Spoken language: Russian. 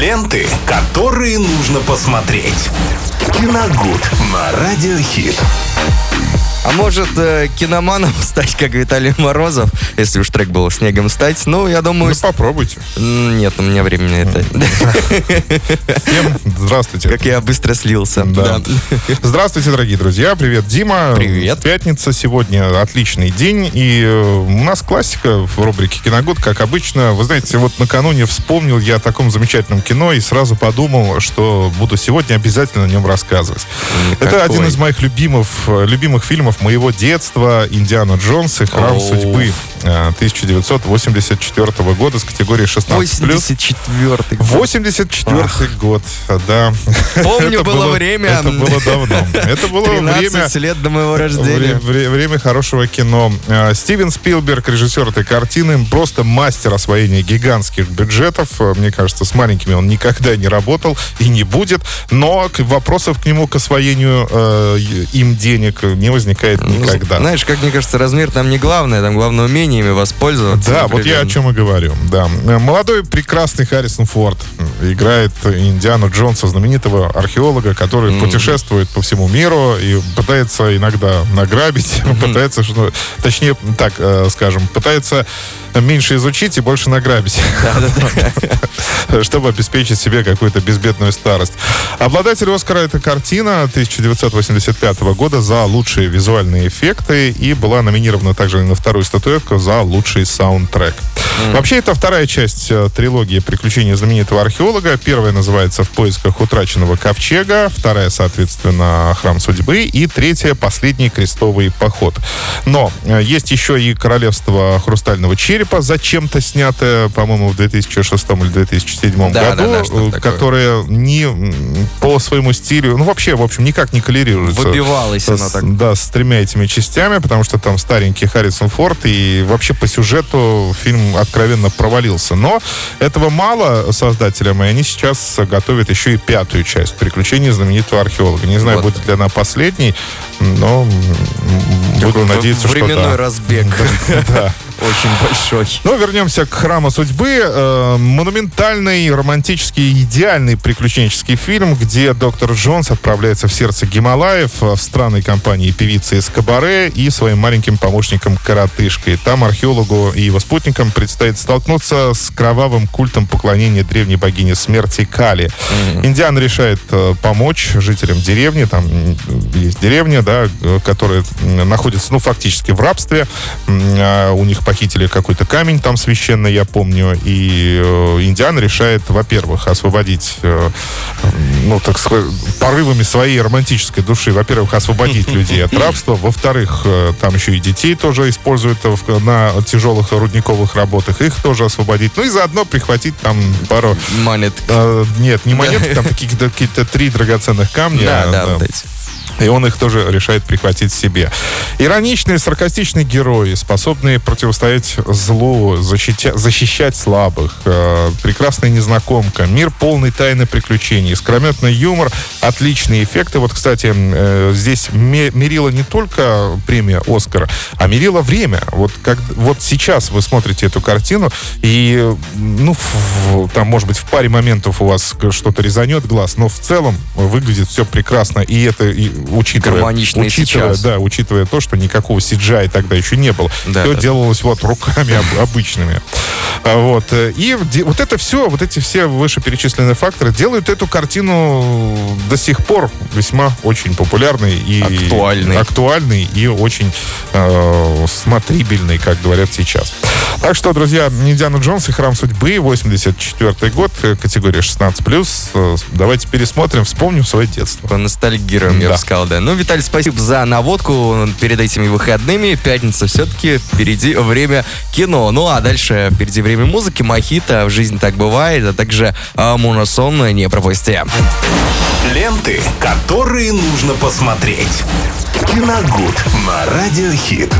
Ленты, которые нужно посмотреть. Киногуд на Радиохит. А может, киноманом стать, как Виталий Морозов, если уж трек был «Снегом стать». Ну, я думаю... Ну, попробуйте. Нет, у меня времени на это. Всем здравствуйте. Как я быстро слился. Да. Здравствуйте, дорогие друзья. Привет, Дима. Привет. Пятница сегодня, отличный день. И у нас классика в рубрике «Киногуд», как обычно. Вы знаете, вот накануне вспомнил я о таком замечательном кино и сразу подумал, что буду сегодня обязательно о нем рассказывать. Это один из моих любимых фильмов моего детства, «Индиана Джонс и храм судьбы» 1984 года с категории 16+. 84-й год, да. Помню, было время. Это было давно. Это было 13 лет до моего рождения. Время хорошего кино. Стивен Спилберг, режиссер этой картины, просто мастер освоения гигантских бюджетов. Мне кажется, с маленькими он никогда не работал и не будет. Но вопросов к нему, к освоению им денег не возникает никогда. Знаешь, как мне кажется, размер там не главное, там главное умение ими воспользоваться. Да, вот я о чем и говорю. Да. Молодой, прекрасный Харрисон Форд играет Индиану Джонса, знаменитого археолога, который путешествует по всему миру и пытается иногда награбить, пытается, точнее, так скажем, пытается меньше изучить и больше награбить, чтобы обеспечить себе какую-то безбедную старость. Обладатель Оскара — это картина 1985 года за лучшие визуальные эффекты и была номинирована также на вторую статуэтку за лучший саундтрек. Вообще, это вторая часть трилогии «Приключения знаменитого археолога». Первая называется «В поисках утраченного ковчега», вторая, соответственно, «Храм судьбы», и третья «Последний крестовый поход». Но есть еще и «Королевство хрустального черепа», зачем-то снятое, по-моему, в 2006 или 2007 году, которое не по своему стилю, ну, вообще, в общем, никак не коллерируется. Выбивалось оно так. Да, с тремя этими частями, потому что там старенький Харрисон Форд, и вообще по сюжету фильм откровенно провалился. Но этого мало создателям, и они сейчас готовят еще и пятую часть «Приключения знаменитого археолога». Не знаю, будет ли она последней, но буду надеяться, что да. Временной разбег. Да. Очень большой. Ну, вернемся к «Храму судьбы». Монументальный, романтический, идеальный приключенческий фильм, где доктор Джонс отправляется в сердце Гималаев, в странной компании певицы из Кабаре и своим маленьким помощником-коротышкой. Там археологу и его спутникам предстоит столкнуться с кровавым культом поклонения древней богине смерти Кали. Индиана решает помочь жителям деревни. Там есть деревня, да, которая находится, ну, фактически в рабстве. У них похитили какой-то камень там священный, я помню, и Индиана решает, во-первых, освободить, ну, так сказать, порывами своей романтической души, во-первых, освободить людей от рабства, во-вторых, там еще и детей тоже используют на тяжелых рудниковых работах, их тоже освободить, ну и заодно прихватить там пару... Монет. Нет, не монетки, там какие-то 3 драгоценных камня. Да, вот эти. И он их тоже решает прихватить себе. Ироничные, саркастичные герои, способные противостоять злу, защищать слабых. Прекрасная незнакомка. Мир полный тайны приключений. Искрометный юмор, отличные эффекты. Вот, кстати, здесь мерила не только премия «Оскар», а мерила время. Вот сейчас вы смотрите эту картину, и, ну, там, может быть, в паре моментов у вас что-то резанет глаз, но в целом выглядит все прекрасно. И это... учитывая то, что никакого CGI тогда еще не было. Все делалось вот руками обычными. Вот. И вот это все, вот эти все вышеперечисленные факторы делают эту картину до сих пор весьма очень популярной и актуальной и очень смотрибельной, как говорят сейчас. Так что, друзья, «Индиана Джонс и храм судьбы», 84 год, категория 16+. Давайте пересмотрим, вспомним свое детство. Ностальгируем, я бы сказал. Да. Ну, Виталий, спасибо за наводку перед этими выходными. Пятница все-таки, впереди время кино. Ну, а дальше впереди время музыки, мохито, в жизни так бывает, а также Мунасон не пропусти. Ленты, которые нужно посмотреть. Киногуд на Радиохит.